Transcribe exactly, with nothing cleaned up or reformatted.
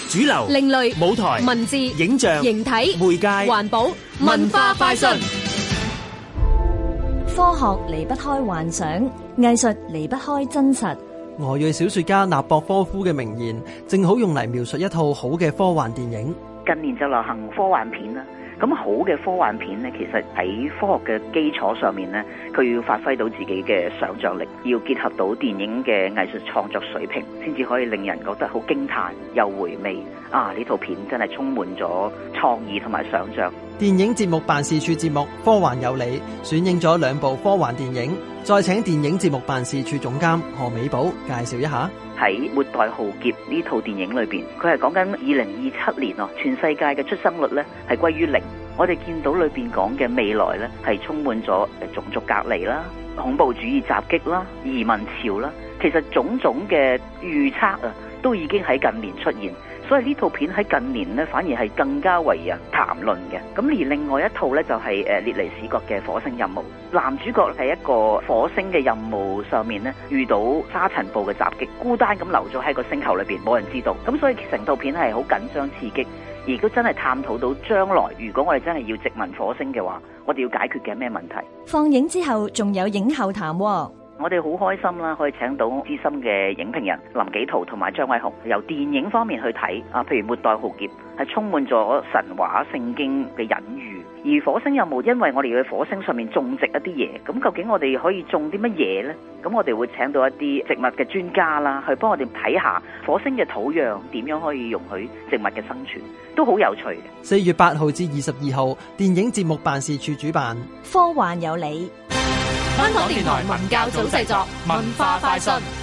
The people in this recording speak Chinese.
主流、 另類、 舞台、 文字、 影像、 形體、 媒介、 環保、文化快訊。 科學離不開幻想，藝術離不開真實。 俄裔小說家納博科夫嘅名言，正好用嚟描述一套好嘅科幻電影。 近年就流行科幻片啦，咁好嘅科幻片呢，其實喺科學嘅基礎上面呢，佢要發揮到自己嘅想像力，要結合到電影嘅藝術創作水平，先至可以令人覺得好驚歎又回味。啊！呢套片真係充滿咗創意同埋想像。 電影節目辦事處節目《科幻有理》選映咗兩部科幻電影，再請電影節目辦事處總監何美寶介紹一下。 喺《末代浩劫》呢套電影裏邊，佢係講緊二零二七年哦，全世界嘅出生率咧係歸於零。我哋見到裏邊講嘅未來咧係充滿咗種族隔離啦、恐怖主義襲擊啦、移民潮啦，其實種種嘅預測啊都已經喺近年出現。所以呢套片喺近年呢，反而係更加為人談論嘅。咁而另外一套呢，就係誒列尼史葛嘅火星任務。男主角係一個火星嘅任務上面呢，遇到沙塵暴嘅襲擊，孤單咁留咗喺個星球裏邊，冇人知道。咁所以成套片係好緊張刺激，而都真係探討到將來如果我哋真係要殖民火星嘅話，我哋要解決嘅咩問題。 放映之後仲有影後談喎。 我哋好開心啦，可以請到資深嘅影評人林紀陶同埋張偉雄，由電影方面去睇啊，譬如《末代浩劫》係充滿咗神話聖經嘅隱喻，而火星任務因為我哋要喺火星上面種植一啲嘢，咁究竟我哋可以種啲乜嘢呢？咁我哋會請到一啲植物嘅專家啦，去幫我哋睇下火星嘅土壤點樣可以容許植物嘅生存，都好有趣嘅。 四月八號至二十二號，電影節目辦事處主辦科幻有理。 香港電台文教組製作，文化快訊。